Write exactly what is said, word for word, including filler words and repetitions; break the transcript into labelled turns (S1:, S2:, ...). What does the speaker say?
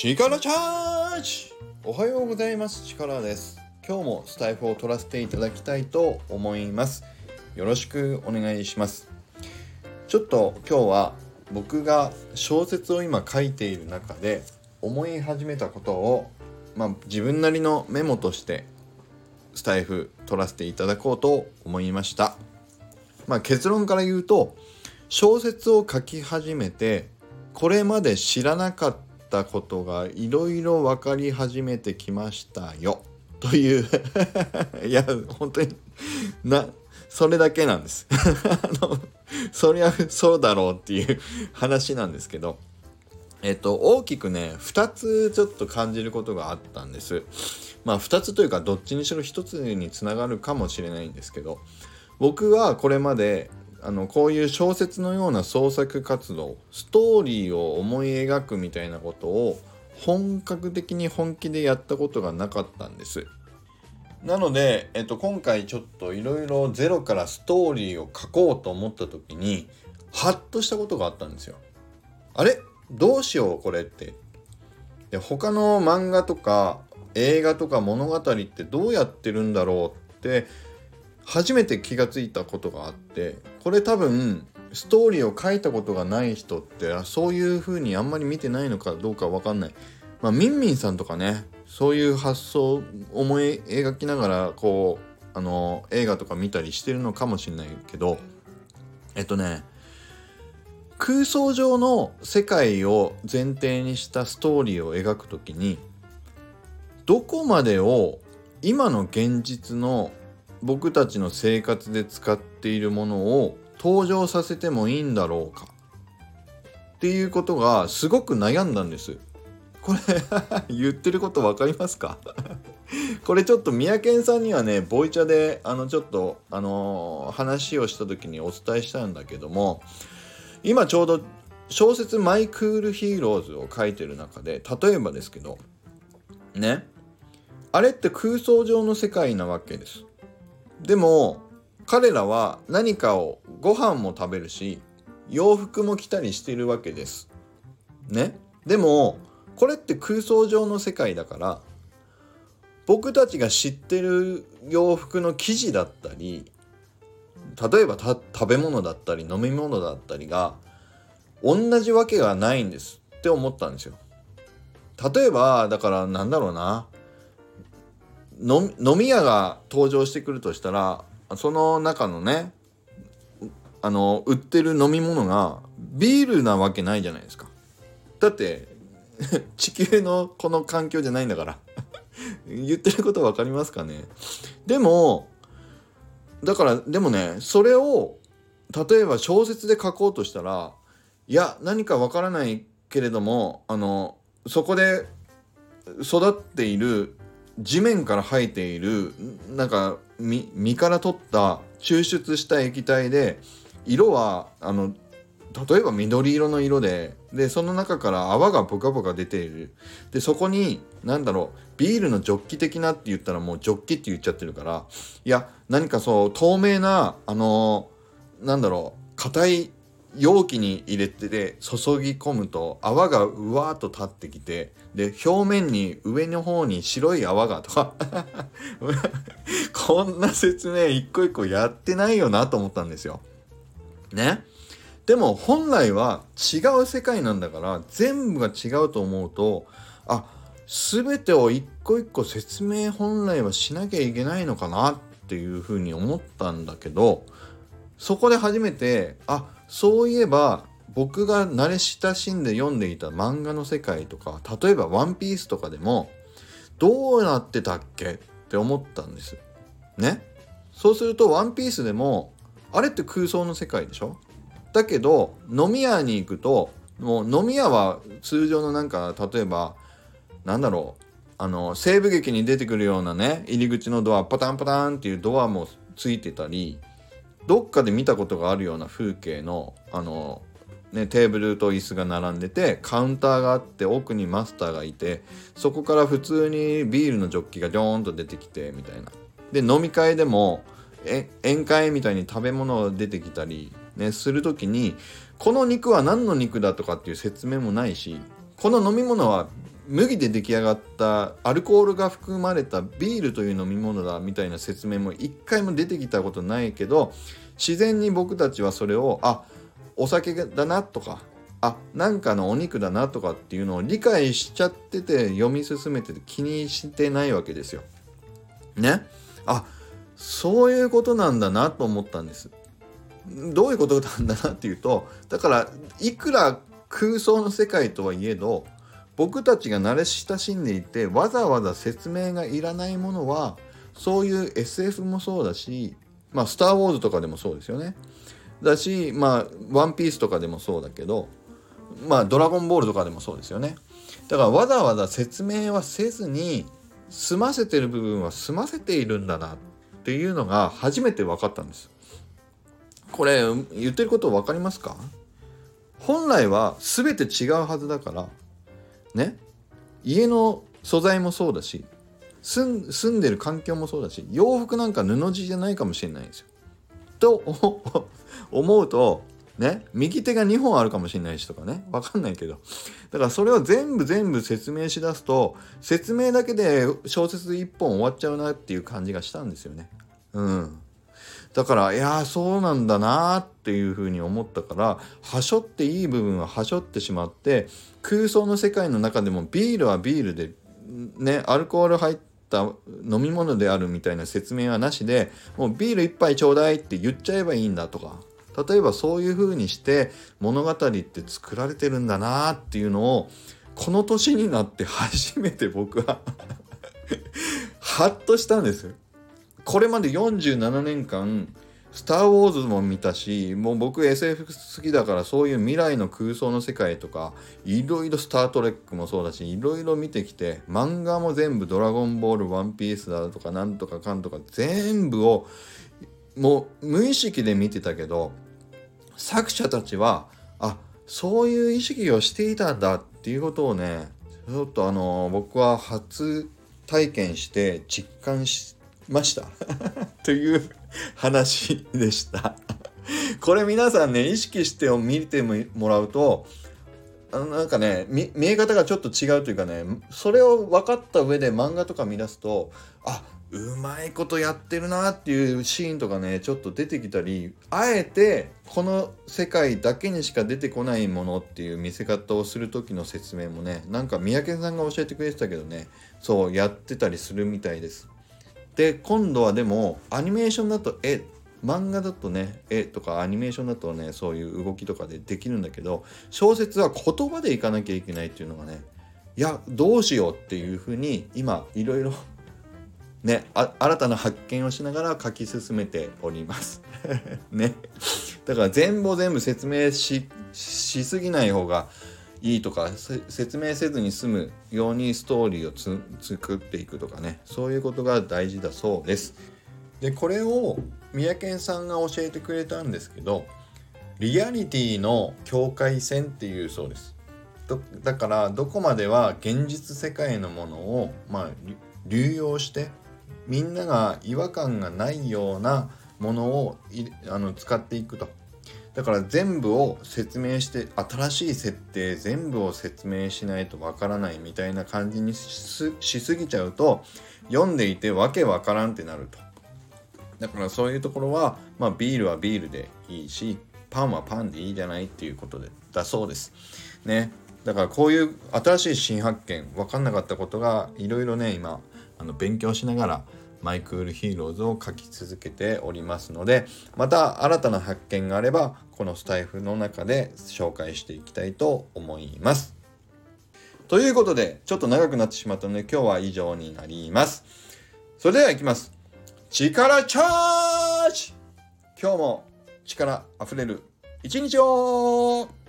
S1: 力チャージ。おはようございます。力です。今日もスタイフを取らせていただきたいと思います。よろしくお願いします。ちょっと今日は僕が小説を今書いている中で思い始めたことを、まあ、自分なりのメモとしてスタイフ取らせていただこうと思いました。まあ、結論から言うと、小説を書き始めてこれまで知らなかったことがいろいろ分かり始めてきましたよといういや本当になそれだけなんですあのそりゃそうだろうっていう話なんですけど、えっと大きくねふたつちょっと感じることがあったんです。まあふたつというかどっちにしろひとつにつながるかもしれないんですけど、僕はこれまであのこういう小説のような創作活動、ストーリーを思い描くみたいなことを本格的に本気でやったことがなかったんです。なので、えっと、今回ちょっといろいろゼロからストーリーを書こうと思った時にハッとしたことがあったんですよ。あれどうしようこれって。で、他の漫画とか映画とか物語ってどうやってるんだろうって初めて気がついたことがあって、これ多分ストーリーを書いたことがない人ってそういう風にあんまり見てないのかどうかわかんない。まあミンミンさんとかね、そういう発想を思い描きながらこうあの映画とか見たりしてるのかもしれないけど、えっとね空想上の世界を前提にしたストーリーを描くときに、どこまでを今の現実の僕たちの生活で使っているものを登場させてもいいんだろうかっていうことがすごく悩んだんです。これ言ってること分かりますかこれちょっと三宅さんにはねボイチャであのちょっとあのー、話をした時にお伝えしたんだけども、今ちょうど小説マイクールヒーローズを書いてる中で、例えばですけどね、あれって空想上の世界なわけです。でも彼らは何かをご飯も食べるし洋服も着たりしてるわけですね。でもこれって空想上の世界だから、僕たちが知ってる洋服の生地だったり、例えばた食べ物だったり飲み物だったりが同じわけがないんですって思ったんですよ。例えばだからなんだろうな、飲み屋が登場してくるとしたら、その中のねあの売ってる飲み物がビールなわけないじゃないですか。だって地球のこの環境じゃないんだから言ってること分かりますかね。でもだからでもね、それを例えば小説で書こうとしたら、いや何か分からないけれども、あのそこで育っている地面から生えているなんか 実, 実から取った抽出した液体で、色はあの例えば緑色の色で、でその中から泡がボカボカ出ている。でそこに何だろう、ビールのジョッキ的なって言ったらもうジョッキって言っちゃってるから、いや何かそう透明なあのなんだろう硬い容器に入れてで注ぎ込むと泡がうわーっと立ってきて、で表面に上の方に白い泡がとかこんな説明一個一個やってないよなと思ったんですよね。でも本来は違う世界なんだから、全部が違うと思うと、あ、全てを一個一個説明本来はしなきゃいけないのかなっていうふうに思ったんだけど、そこで初めて、あ、そういえば僕が慣れ親しんで読んでいた漫画の世界とか、例えばワンピースとかでもどうなってたっけって思ったんですね。そうするとワンピースでもあれって空想の世界でしょ。だけど飲み屋に行くと、もう飲み屋は通常のなんか例えばなんだろう、あの西部劇に出てくるようなね入り口のドアパタンパタンっていうドアもついてたり、どっかで見たことがあるような風景のあの、ね、テーブルと椅子が並んでて、カウンターがあって奥にマスターがいて、そこから普通にビールのジョッキがジョーンと出てきてみたいな。で飲み会でもえ宴会みたいに食べ物が出てきたりね、するときにこの肉は何の肉だとかっていう説明もないし、この飲み物は麦で出来上がったアルコールが含まれたビールという飲み物だみたいな説明も一回も出てきたことないけど、自然に僕たちはそれをあお酒だなとかあなんかのお肉だなとかっていうのを理解しちゃってて読み進めてて気にしてないわけですよね。あそういうことなんだなと思ったんです。どういうことなんだなっていうと、だからいくら空想の世界とはいえど僕たちが慣れ親しんでいてわざわざ説明がいらないものは、そういう エスエフ もそうだし、まあスターウォーズとかでもそうですよね。だしまあワンピースとかでもそうだけど、まあドラゴンボールとかでもそうですよね。だからわざわざ説明はせずに済ませてる部分は済ませているんだなっていうのが初めて分かったんです。これ言ってること分かりますか？本来は全て違うはずだからね、家の素材もそうだし住ん、住んでる環境もそうだし、洋服なんか布地じゃないかもしれないんですよと思うとね、右手がにほんあるかもしれないしとかね、わかんないけど、だからそれを全部全部説明しだすと説明だけで小説いっぽん終わっちゃうなっていう感じがしたんですよね。うんだからいやそうなんだなっていうふうに思ったから、はしょっていい部分ははしょってしまって、空想の世界の中でもビールはビールでね、アルコール入った飲み物であるみたいな説明はなしで、もうビール一杯ちょうだいって言っちゃえばいいんだとか、例えばそういう風にして物語って作られてるんだなっていうのをこの年になって初めて僕はハッとしたんです。これまでよんじゅうななねんかんスターウォーズも見たし、もう僕 エスエフ 好きだからそういう未来の空想の世界とかいろいろスタートレックもそうだしいろいろ見てきて、漫画も全部ドラゴンボールワンピースだとかなんとかかんとか全部をもう無意識で見てたけど、作者たちはあそういう意識をしていたんだっていうことをね、ちょっとあの僕は初体験して実感しましたという話でしたこれ皆さんね意識して見てもらうとあのなんかね 見, 見え方がちょっと違うというかね、それを分かった上で漫画とか見出すとあうまいことやってるなっていうシーンとかねちょっと出てきたり、あえてこの世界だけにしか出てこないものっていう見せ方をする時の説明もね、なんか三宅さんが教えてくれてたけどね、そうやってたりするみたいです。で今度はでもアニメーションだと絵、漫画だとね絵とかアニメーションだとねそういう動きとかでできるんだけど、小説は言葉でいかなきゃいけないっていうのがね、いやどうしようっていうふうに今いろいろねあ新たな発見をしながら書き進めておりますね。だから全部を全部説明ししすぎない方がいいとか、説明せずに済むようにストーリーをつ作っていくとかね、そういうことが大事だそうです。でこれを三宅さんが教えてくれたんですけど、リアリティの境界線っていうそうです。だからどこまでは現実世界のものを、まあ、流用してみんなが違和感がないようなものをあの使っていくと。だから全部を説明して、新しい設定全部を説明しないとわからないみたいな感じに し, しすぎちゃうと読んでいてわけわからんってなると。だからそういうところは、まあ、ビールはビールでいいしパンはパンでいいじゃないっていうことでだそうですね。だからこういう新しい新発見、分かんなかったことがいろいろね今あの勉強しながらマイクールヒーローズを書き続けておりますので、また新たな発見があればこのスタイフの中で紹介していきたいと思います。ということでちょっと長くなってしまったので今日は以上になります。それではいきます。力チャージ。今日も力あふれる一日を。